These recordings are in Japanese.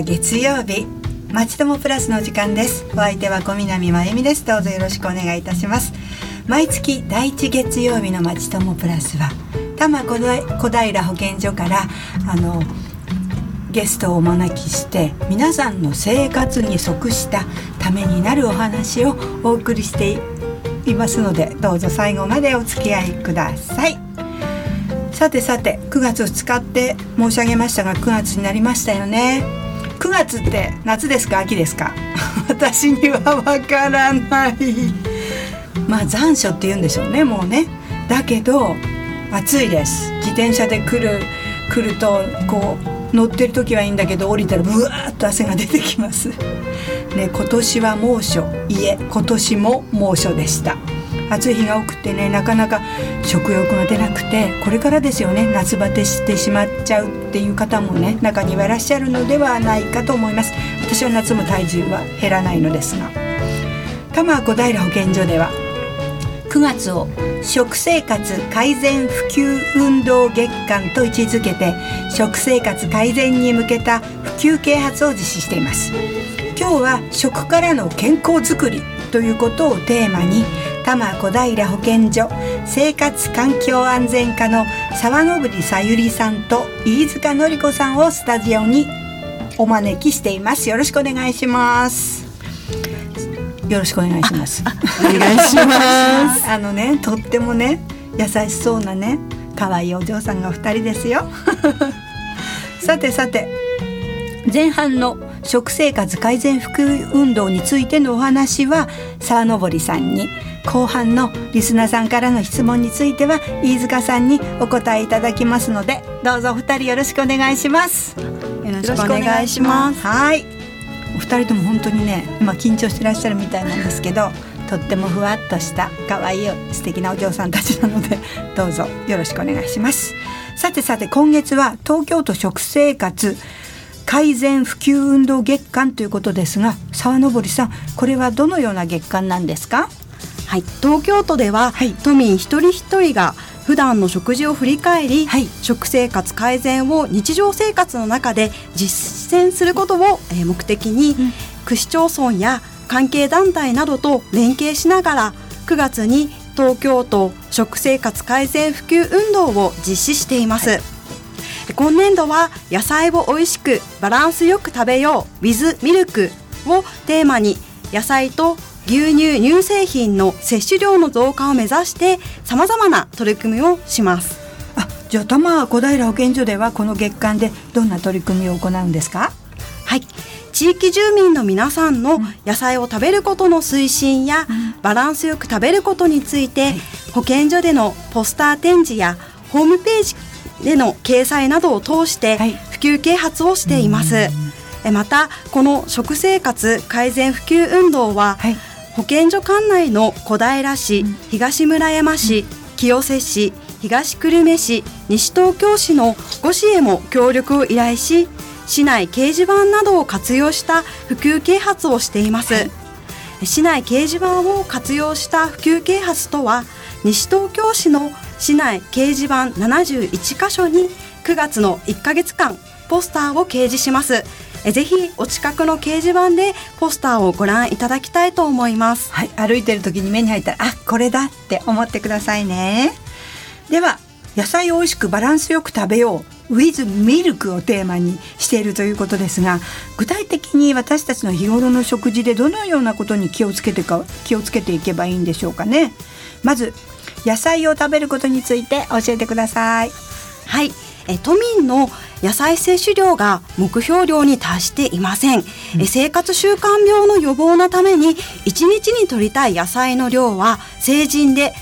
月曜日、まちともプラスの時間です。お相手は小南真由美です。どうぞよろしくお願いいたします。毎月第1月曜日のまちともプラスは多摩小平保健所からゲストをお招きして皆さんの生活に即したためになるお話をお送りしていますので、どうぞ最後までお付き合いください。さて9月2日って申し上げましたが、9月になりましたよね。9月って夏ですか秋ですか私にはわからない。残暑って言うんでしょうね、もうね。だけど暑いです。自転車で来るとこう乗ってる時はいいんだけど、降りたらブワーッと汗が出てきますね。今年は猛暑、今年も猛暑でした。暑い日が多くてね、なかなか食欲が出なくて、これからですよね、夏バテしてしまっちゃうっていう方もね、中にはいらっしゃるのではないかと思います。私は夏も体重は減らないのですが、多摩小平保健所では9月を食生活改善普及運動月間と位置づけて、食生活改善に向けた普及啓発を実施しています。今日は食からの健康づくりということをテーマに、多摩小平保健所生活環境安全課の沢登さゆりさんと飯塚のり子さんをスタジオにお招きしています。よろしくお願いします。よろしくお願いします。 お願いしますとってもね、優しそうなね、可愛いお嬢さんが2人ですよさて前半の食生活改善普及運動についてのお話は沢登さんに、後半のリスナーさんからの質問については飯塚さんにお答えいただきますので、どうぞお二人よろしくお願いします。 よろしくお願いします。 はい、お二人とも本当にね、今緊張してらっしゃるみたいなんですけど、とってもふわっとした可愛い素敵なお嬢さんたちなので、どうぞよろしくお願いします。さて今月は東京都食生活改善普及運動月間ということですが、沢登さん、これはどのような月間なんですか？ はい、東京都では、都民一人一人が普段の食事を振り返り、食生活改善を日常生活の中で実践することを目的に、区市町村や関係団体などと連携しながら9月に東京都食生活改善普及運動を実施しています。今年度は野菜を美味しくバランスよく食べよう with ミルクをテーマに、野菜と牛乳・乳製品の摂取量の増加を目指して様々な取り組みをします。 じゃあ多摩小平保健所ではこの月間でどんな取り組みを行うんですか？ はい、地域住民の皆さんの野菜を食べることの推進や、バランスよく食べることについて、保健所でのポスター展示やホームページでの掲載などを通して普及啓発をしています。またこの食生活改善普及運動は、保健所管内の小平市、東村山市、清瀬市、東久留米市、西東京市の5市へも協力を依頼し、市内掲示板などを活用した普及啓発をしています。市内掲示板を活用した普及啓発とは、西東京市の市内掲示板71カ所に9月の1ヶ月間ポスターを掲示します。ぜひお近くの掲示板でポスターをご覧いただきたいと思います。 歩いてる時に目に入ったら、これだって思ってくださいね。では、野菜を美味しくバランスよく食べよう with ミルクをテーマにしているということですが、具体的に私たちの日頃の食事でどのようなことに気をつけていけばいいんでしょうかね。まず野菜を食べることについて教えてください。 はい、都民の野菜摂取量が目標量に達していません。生活習慣病の予防のために1日に摂りたい野菜の量は成人で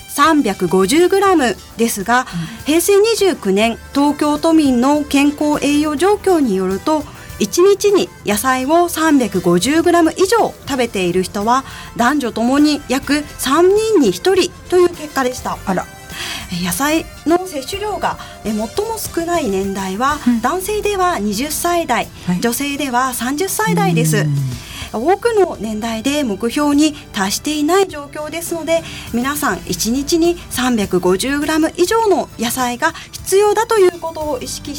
350g ですが、平成29年東京都民の健康栄養状況によると、1日に野菜を 350g 以上食べている人は男女ともに約3人に1人という結果でした。野菜の摂取量が最も少ない年代は、男性では20歳代、女性では30歳代です。多くの年代で目標に達していない状況ですので、皆さん1日に 350g 以上の野菜が必要だということを意識して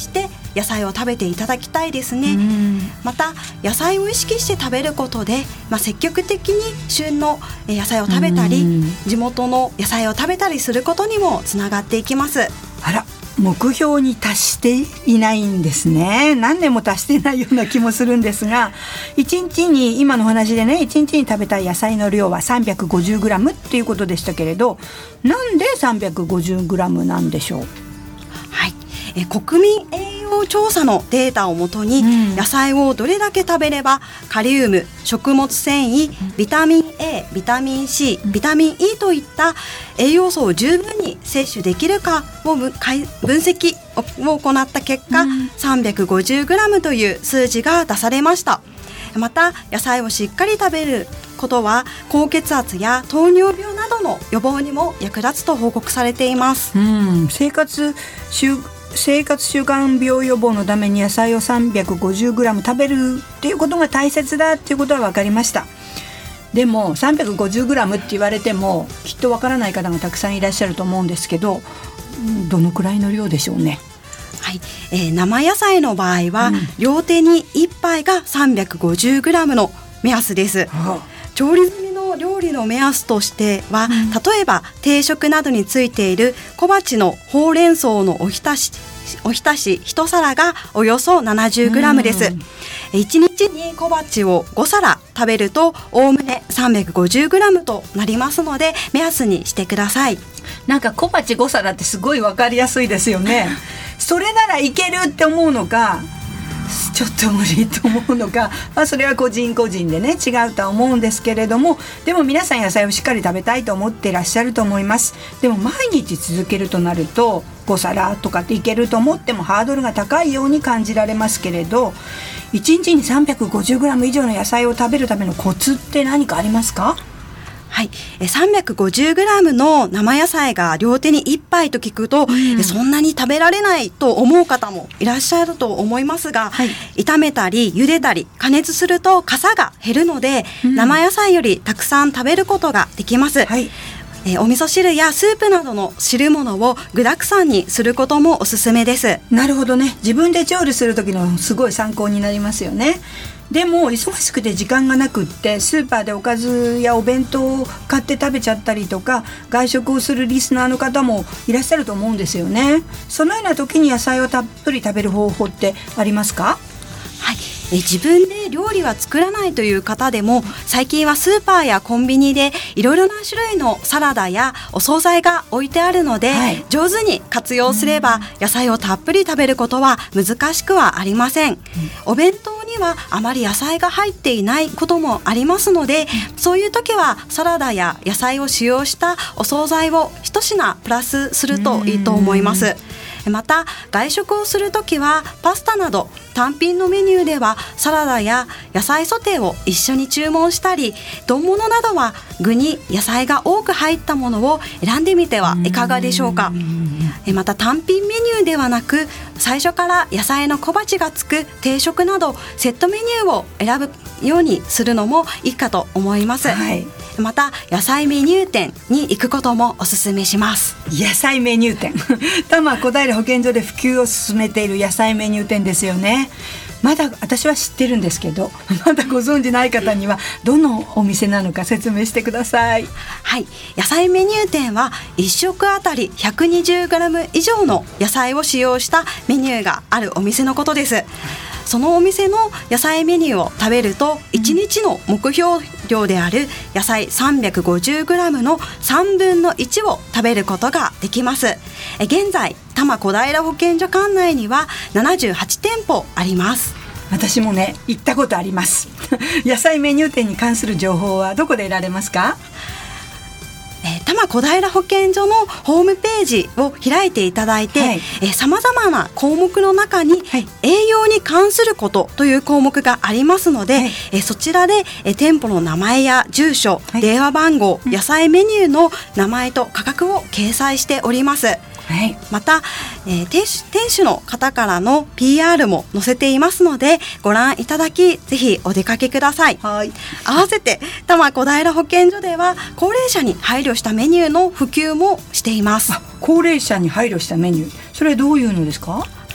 野菜を食べていただきたいですね。また野菜を意識して食べることで、積極的に旬の野菜を食べたり、地元の野菜を食べたりすることにもつながっていきます。 あら、目標に達していないんですね。何年も達していないような気もするんですが、1日に今のお話でね、1日に食べたい野菜の量は 350g っていうことでしたけれど、なんで 350g なんでしょう？ はい、国民栄養調査のデータをもとに、野菜をどれだけ食べればカリウム、食物繊維、ビタミン A、ビタミン C、ビタミン E といった栄養素を十分に摂取できるかを分析を行った結果、350g という数字が出されました。また野菜をしっかり食べることは高血圧や糖尿病などの予防にも役立つと報告されています。 生活習慣病予防のために野菜を 350g 食べるっていうことが大切だっていうことは分かりました。でも 350g って言われてもきっと分からない方がたくさんいらっしゃると思うんですけど、どのくらいの量でしょうね？ はい、生野菜の場合は、両手に1杯が 350g の目安です。調理済みの料理の目安としては、例えば定食などについている小鉢のほうれん草のおひたし1皿がおよそ 70g です。1日に小鉢を5皿食べるとおおむね 350g となりますので、目安にしてください。 なんか小鉢5皿ってすごい分かりやすいですよね。それならいけるって思うのか、ちょっと無理と思うのか、それは個人個人でね違うとは思うんですけれども、でも皆さん野菜をしっかり食べたいと思っていらっしゃると思います。でも毎日続けるとなると5皿とかっていけると思ってもハードルが高いように感じられますけれど、1日に 350g 以上の野菜を食べるためのコツって何かありますか？ はい、350g の生野菜が両手に1杯と聞くと、そんなに食べられないと思う方もいらっしゃると思いますが、炒めたり茹でたり加熱するとかさが減るので、生野菜よりたくさん食べることができます。お味噌汁やスープなどの汁物を具沢山にすることもおすすめです。 なるほどね。自分で調理する時のすごい参考になりますよね。でも忙しくて時間がなくってスーパーでおかずやお弁当を買って食べちゃったりとか、外食をするリスナーの方もいらっしゃると思うんですよね。そのような時に野菜をたっぷり食べる方法ってありますか？ はい、自分で料理は作らないという方でも、最近はスーパーやコンビニでいろいろな種類のサラダやお惣菜が置いてあるので、上手に活用すれば野菜をたっぷり食べることは難しくはありません。お弁当にはあまり野菜が入っていないこともありますので、そういう時はサラダや野菜を使用したお惣菜を一品プラスするといいと思います。また外食をするときはパスタなど単品のメニューではサラダや野菜ソテーを一緒に注文したり、丼物などは具に野菜が多く入ったものを選んでみてはいかがでしょうか。また単品メニューではなく、最初から野菜の小鉢がつく定食などセットメニューを選ぶようにするのもいいかと思います。また野菜メニュー店に行くこともおすすめします。 野菜メニュー店多摩小平保健所で普及を進めている野菜メニュー店ですよね。まだ私は知ってるんですけど、まだご存じない方にはどのお店なのか説明してください。 はい、野菜メニュー店は1食あたり 120g 以上の野菜を使用したメニューがあるお店のことです。そのお店の野菜メニューを食べると1日の目標量である野菜 350g の3分の1を食べることができます。現在多摩小平保健所管内には78店舗あります。 私もね行ったことあります野菜メニュー店に関する情報はどこで得られますか？ 多摩小平保健所のホームページを開いていただいて、さまざまな項目の中に、栄養に関することという項目がありますので、そちらで、店舗の名前や住所、電話番号、野菜メニューの名前と価格を掲載しております。また、店主の方からの PR も載せていますのでご覧いただき、ぜひお出かけください。合わせて多摩小平保健所では高齢者に配慮したメニューの普及もしています。 高齢者に配慮したメニュー、それはどういうのですか？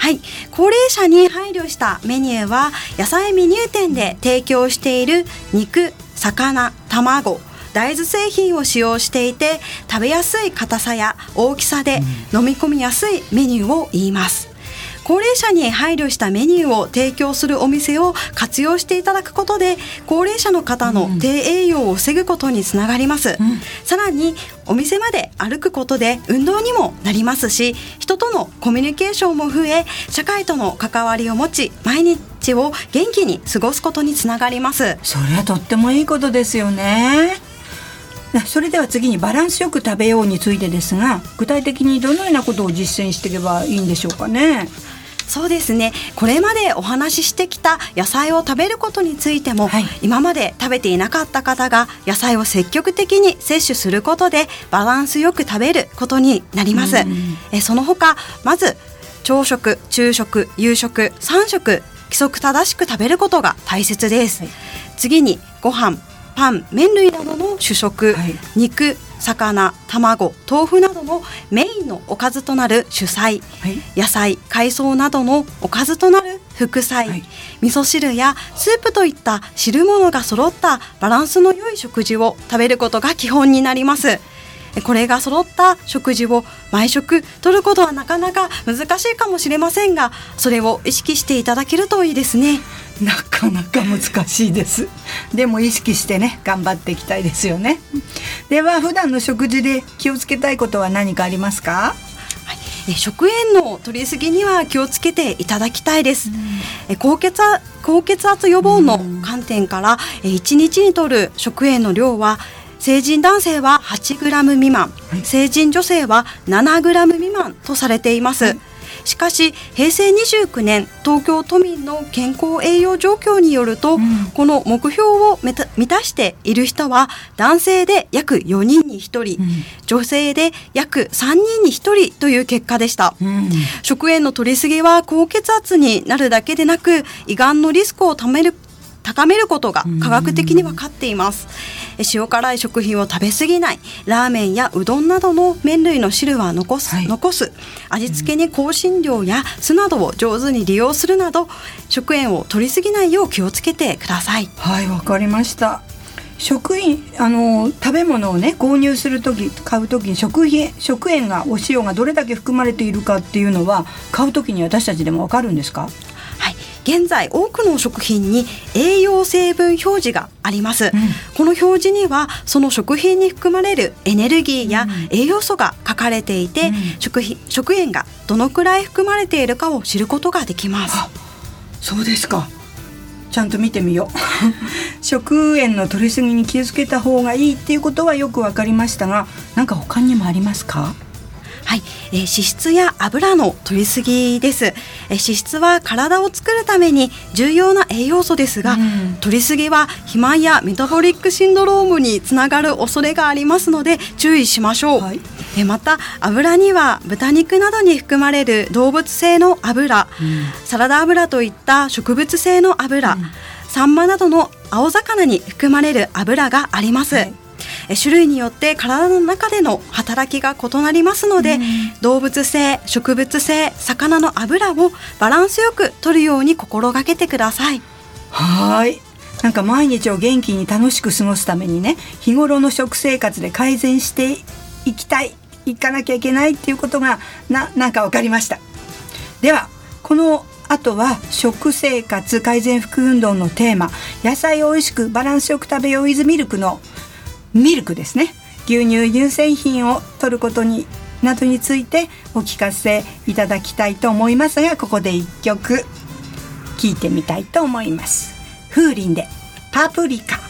はい、高齢者に配慮したメニューは野菜メニュー店で提供している肉、魚、卵、大豆製品を使用していて、食べやすい硬さや大きさで飲み込みやすいメニューを言います。高齢者に配慮したメニューを提供するお店を活用していただくことで、高齢者の方の低栄養を防ぐことにつながります。さらにお店まで歩くことで運動にもなりますし、人とのコミュニケーションも増え、社会との関わりを持ち、毎日を元気に過ごすことにつながります。 それはとってもいいことですよね。それでは次にバランスよく食べようについてですが、具体的にどのようなことを実践していけばいいんでしょうかね。 そうですね、これまでお話ししてきた野菜を食べることについても、今まで食べていなかった方が野菜を積極的に摂取することでバランスよく食べることになります。その他、まず朝食、昼食、夕食3食規則正しく食べることが大切です。次にご飯、パン、麺類などの主食、肉、魚、卵、豆腐などのメインのおかずとなる主菜、野菜、海藻などのおかずとなる副菜、味噌汁やスープといった汁物が揃ったバランスの良い食事を食べることが基本になります。これが揃った食事を毎食取ることはなかなか難しいかもしれませんが、それを意識していただけるといいですね。 なかなか難しいです。でも意識してね、頑張っていきたいですよね。では普段の食事で気をつけたいことは何かありますか？ 食塩の摂りすぎには気をつけていただきたいです。高血圧予防の観点から1日に摂る食塩の量は、成人男性は 8g 未満、成人女性は 7g 未満とされています。しかし平成29年東京都民の健康栄養状況によると、この目標を満たしている人は男性で約4人に1人、女性で約3人に1人という結果でした。食塩の摂りすぎは高血圧になるだけでなく、胃がんのリスクを高めることが科学的に分かっています。塩辛い食品を食べ過ぎない、ラーメンやうどんなどの麺類の汁は残す、味付けに香辛料や酢などを上手に利用するなど、食塩を摂り過ぎないよう気をつけてください。 はい、わかりました。食べ物をね、購入するとき、買うときに食塩が、お塩がどれだけ含まれているかっていうのは買うときに私たちでもわかるんですか？ はい、現在多くの食品に栄養成分表示があります。この表示にはその食品に含まれるエネルギーや栄養素が書かれていて、食塩がどのくらい含まれているかを知ることができます。 そうですか。ちゃんと見てみよう。食塩の摂りすぎに気をつけた方がいいっていうことはよくわかりましたが、なんか他にもありますか？ はい、脂質や油の摂りすぎです。脂質は体を作るために重要な栄養素ですが、摂りすぎは肥満やメタボリックシンドロームにつながる恐れがありますので注意しましょう。また油には豚肉などに含まれる動物性の油、サラダ油といった植物性の油、サンマなどの青魚に含まれる油があります。種類によって体の中での働きが異なりますので、動物性、植物性、魚の油をバランスよく摂るように心がけてください。 はい、なんか毎日を元気に楽しく過ごすためにね、日頃の食生活で改善していかなきゃいけないっていうことがなんか分かりました。ではこの後は食生活改善副運動のテーマ、野菜をおいしくバランスよく食べようイズミルクのミルクですね、牛乳乳製品を摂ることなどについてお聞かせいただきたいと思いますが、ここで一曲聴いてみたいと思います。風鈴でパプリカ。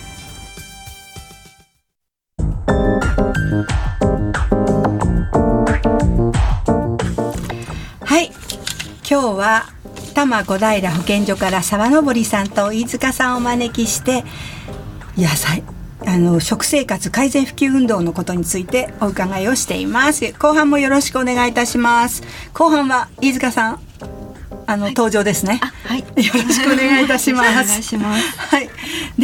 はい、今日は多摩小平保健所から沢登さんと飯塚さんをお招きして、野菜食生活改善普及運動のことについてお伺いをしています。後半もよろしくお願いいたします。後半は飯塚さん登場ですね。 はい、 よろしくお願いいたします。 お願いします。 はい、では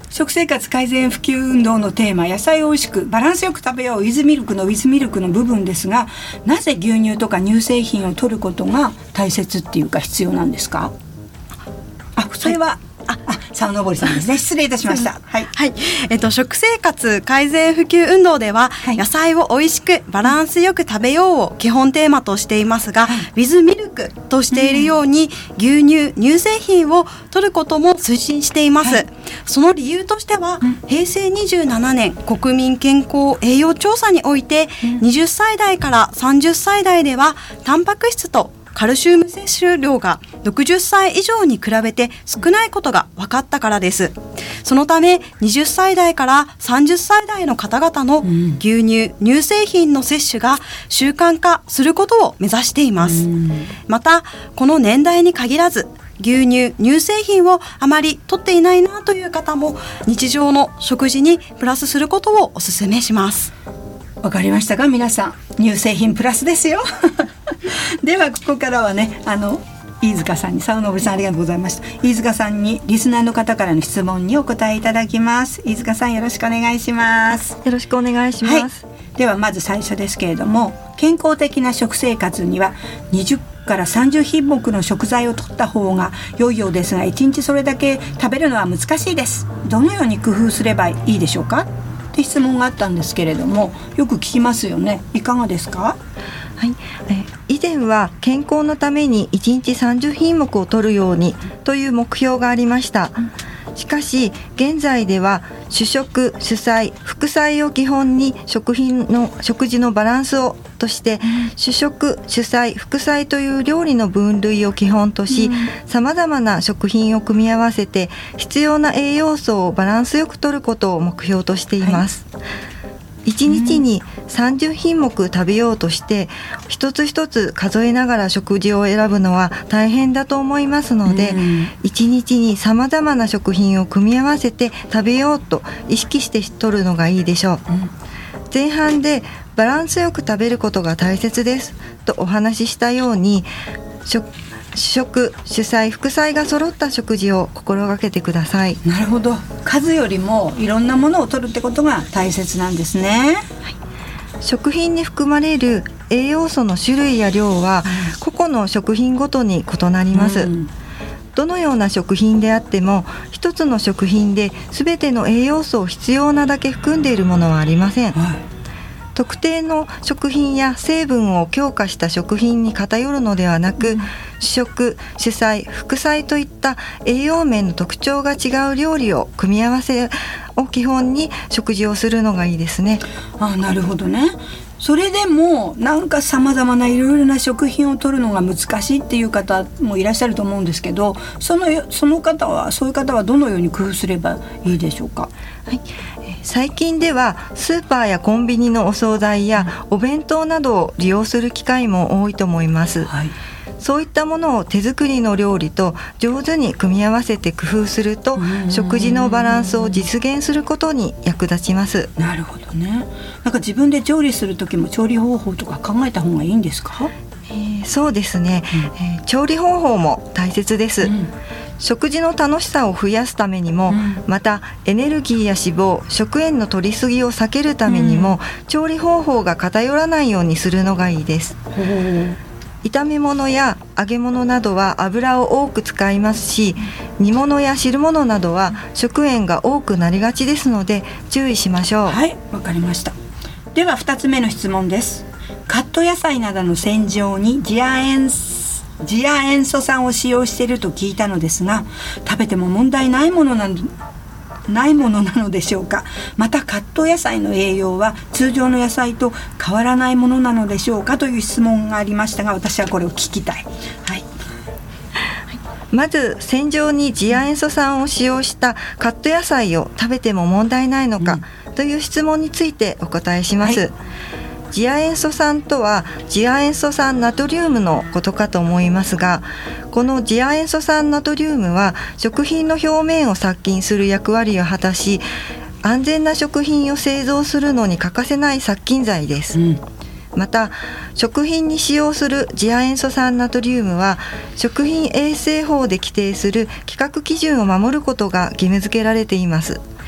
食生活改善普及運動のテーマ、野菜を美味しくバランスよく食べようウィズミルクの部分ですが、なぜ牛乳とか乳製品を摂ることが大切っていうか必要なんですか？それは、沢登さんですね。失礼いたしました。はい。 食生活改善普及運動では、野菜を美味しくバランスよく食べようを基本テーマとしていますが、ウィズミルクとしているように、牛乳、乳製品を摂ることも推進しています。その理由としては、平成27年国民健康栄養調査において、20歳代から30歳代ではタンパク質とカルシウム摂取量が60歳以上に比べて少ないことが分かったからです。そのため20歳代から30歳代の方々の牛乳、乳製品の摂取が習慣化することを目指しています。またこの年代に限らず、牛乳、乳製品をあまり摂っていないなという方も日常の食事にプラスすることをお勧めします。 わかりましたか皆さん、乳製品プラスですよではここからはね、飯塚さんに、沢登さんありがとうございました。飯塚さんにリスナーの方からの質問にお答えいただきます。飯塚さんよろしくお願いします。 よろしくお願いします。 ではまず最初ですけれども、健康的な食生活には20から30品目の食材を摂った方が良いようですが、1日それだけ食べるのは難しいです。どのように工夫すればいいでしょうかって質問があったんですけれども、よく聞きますよね。いかがですか？ 以前は健康のために1日30品目を取るようにという目標がありました。しかし現在では主食、主菜、副菜を基本に食事のバランスをとして、主食、主菜、副菜という料理の分類を基本とし、さまざまな食品を組み合わせて必要な栄養素をバランスよく摂ることを目標としています。1日に30品目食べようとして一つ一つ数えながら食事を選ぶのは大変だと思いますので、1日にさまざまな食品を組み合わせて食べようと意識して取るのがいいでしょう。前半でバランスよく食べることが大切ですとお話ししたように、主食、主菜、副菜が揃った食事を心がけてください。 なるほど。数よりもいろんなものを摂るってことが大切なんですね。 食品に含まれる栄養素の種類や量は個々の食品ごとに異なります。どのような食品であっても一つの食品で全ての栄養素を必要なだけ含んでいるものはありません。特定の食品や成分を強化した食品に偏るのではなく、主食、主菜、副菜といった栄養面の特徴が違う料理を組み合わせを基本に食事をするのがいいですね。 なるほどね。それでもなんかさまざまないろいろな食品を摂るのが難しいっていう方もいらっしゃると思うんですけど、そういう方はどのように工夫すればいいでしょうか？ 最近ではスーパーやコンビニのお惣菜やお弁当などを利用する機会も多いと思います。そういったものを手作りの料理と上手に組み合わせて工夫すると、食事のバランスを実現することに役立ちます。 なるほどね。なんか自分で調理する時も調理方法とか考えた方がいいんですか？ そうですね、調理方法も大切です。食事の楽しさを増やすためにも、またエネルギーや脂肪、食塩の摂りすぎを避けるためにも、調理方法が偏らないようにするのがいいです。炒め物や揚げ物などは油を多く使いますし、煮物や汁物などは食塩が多くなりがちですので注意しましょう。 はい、わかりました。では2つ目の質問です。カット野菜などの洗浄に次亜塩素酸を使用していると聞いたのですが、食べても問題ないものなのでしょうか？またカット野菜の栄養は通常の野菜と変わらないものなのでしょうかという質問がありましたが、私はこれを聞きたい。 まず洗浄に次亜塩素酸を使用したカット野菜を食べても問題ないのか、という質問についてお答えします。次亜塩素酸とは次亜塩素酸ナトリウムのことかと思いますが、この次亜塩素酸ナトリウムは食品の表面を殺菌する役割を果たし、安全な食品を製造するのに欠かせない殺菌剤です。また食品に使用する次亜塩素酸ナトリウムは食品衛生法で規定する規格基準を守ることが義務付けられています。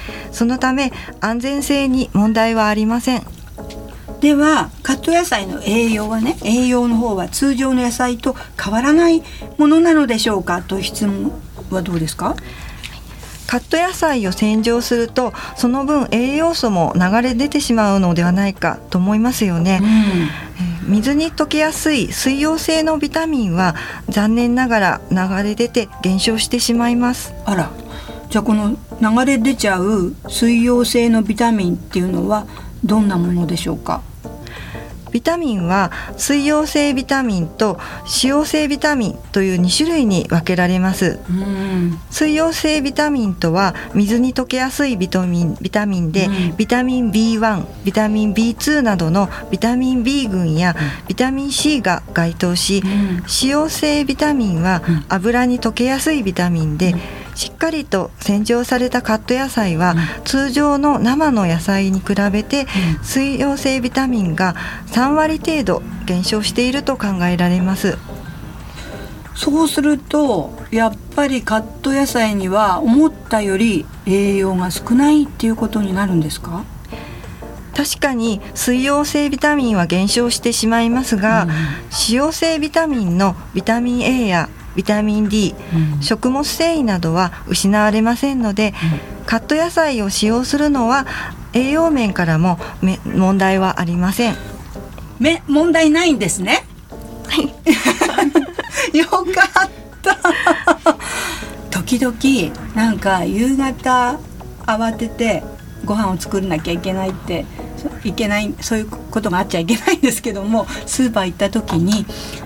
そのため安全性に問題はありません。 ではカット野菜の栄養はね、栄養の方は通常の野菜と変わらないものなのでしょうかという質問はどうですか？ カット野菜を洗浄するとその分栄養素も流れ出てしまうのではないかと思いますよね。水に溶けやすい水溶性のビタミンは残念ながら流れ出て減少してしまいます。 あら、じゃあこの流れ出ちゃう水溶性のビタミンっていうのはどんなものでしょうか？ ビタミンは水溶性ビタミンと脂溶性ビタミンという2種類に分けられます。水溶性ビタミンとは水に溶けやすいビタミンで、ビタミン B1、ビタミン B2 などのビタミン B 群やビタミン C が該当し、脂溶性ビタミンは油に溶けやすいビタミンで、しっかりと洗浄されたカット野菜は通常の生の野菜に比べて水溶性ビタミンが3割程度減少していると考えられます。 そうするとやっぱりカット野菜には思ったより栄養が少ないっていうことになるんですか？ 確かに水溶性ビタミンは減少してしまいますが、脂溶性ビタミンのビタミン A やビタミン D、食物繊維などは失われませんので、カット野菜を使用するのは栄養面からも問題はありません。 問題ないんですね。よかった時々なんか夕方慌ててご飯を作らなきゃいけないそういうことがあっちゃいけないんですけども、スーパー行った時に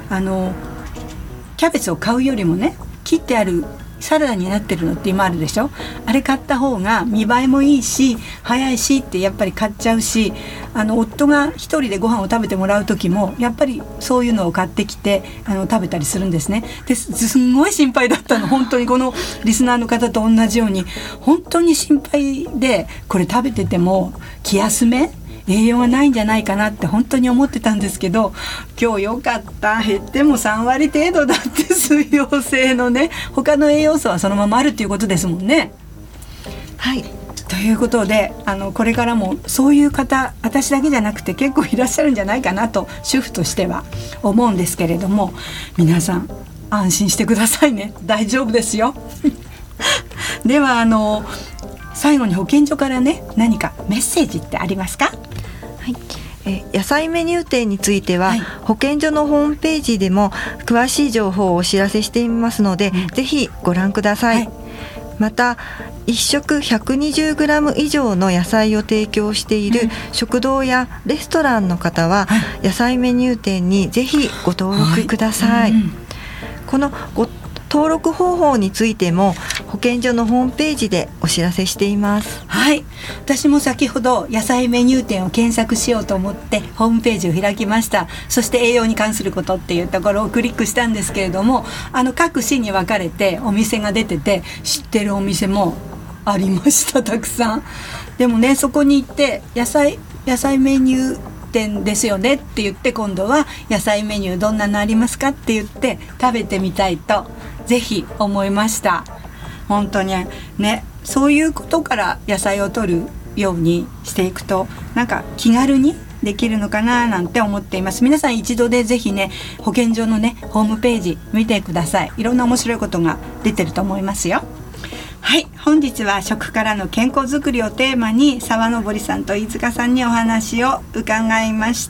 キャベツを買うよりもね、切ってあるサラダになってるのって今あるでしょ。あれ買った方が見栄えもいいし早いしってやっぱり買っちゃうし、夫が一人でご飯を食べてもらう時もやっぱりそういうのを買ってきて食べたりするんですね。ですんごい心配だったの。本当にこのリスナーの方と同じように本当に心配で、これ食べてても気休め栄養がないんじゃないかなって本当に思ってたんですけど、今日よかった。減っても3割程度だって水溶性のね、他の栄養素はそのままあるっていうことですもんね。はい、ということでこれからもそういう方、私だけじゃなくて結構いらっしゃるんじゃないかなと主婦としては思うんですけれども、皆さん安心してくださいね。大丈夫ですよ。では最後に保健所からね、何かメッセージってありますか？ 野菜メニュー展については、保健所のホームページでも詳しい情報をお知らせしていますので、ぜひご覧ください。また1食 120g 以上の野菜を提供している食堂やレストランの方は、野菜メニュー展にぜひご登録ください。この登録方法についても保健所のホームページでお知らせしています。 はい、私も先ほど野菜メニュー展を検索しようと思ってホームページを開きました。そして栄養に関することっていうところをクリックしたんですけれども、各市に分かれてお店が出てて、知ってるお店もありました。たくさん。でもね、そこに行って野菜メニュー点ですよねって言って、今度は野菜メニューどんなのありますかって言って食べてみたいとぜひ思いました。本当にね、そういうことから野菜を摂るようにしていくとなんか気軽にできるのかななんて思っています。皆さん一度でぜひね、保健所のねホームページ見てください。いろんな面白いことが出てると思いますよ。はい、本日は食からの健康づくりをテーマに沢登さんと飯塚さんにお話を伺いました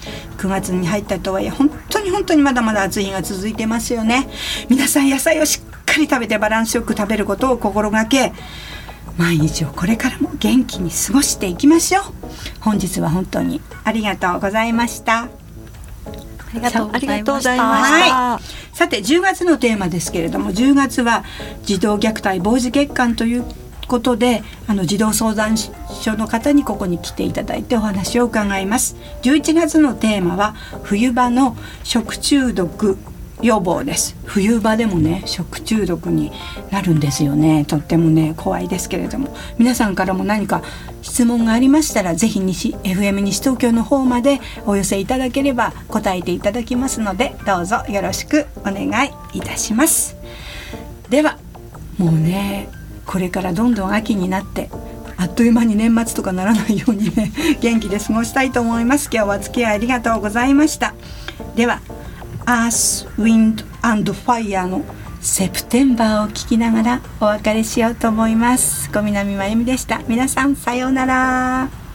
。9月に入ったとはいえ本当にまだまだ暑い日が続いてますよね。皆さん野菜をしっかり食べてバランスよく食べることを心がけ、毎日をこれからも元気に過ごしていきましょう。本日は本当にありがとうございました。 ありがとうございました。 はい、さて10月のテーマですけれども、10月は児童虐待防止月間ということで、児童相談所の方にここに来ていただいてお話を伺います。11月のテーマは冬場の食中毒予防です。冬場でもね食中毒になるんですよね。とってもね怖いですけれども、皆さんからも何か質問がありましたらぜひFM 西東京の方までお寄せいただければ答えていただきますので、どうぞよろしくお願いいたします。ではもうねこれからどんどん秋になってあっという間に年末とかならないようにね元気で過ごしたいと思います。今日はお付き合いありがとうございました。ではEarth, Wind and Fire のセプテンバーを聞きながらお別れしようと思います。小南真由美でした。皆さんさようなら。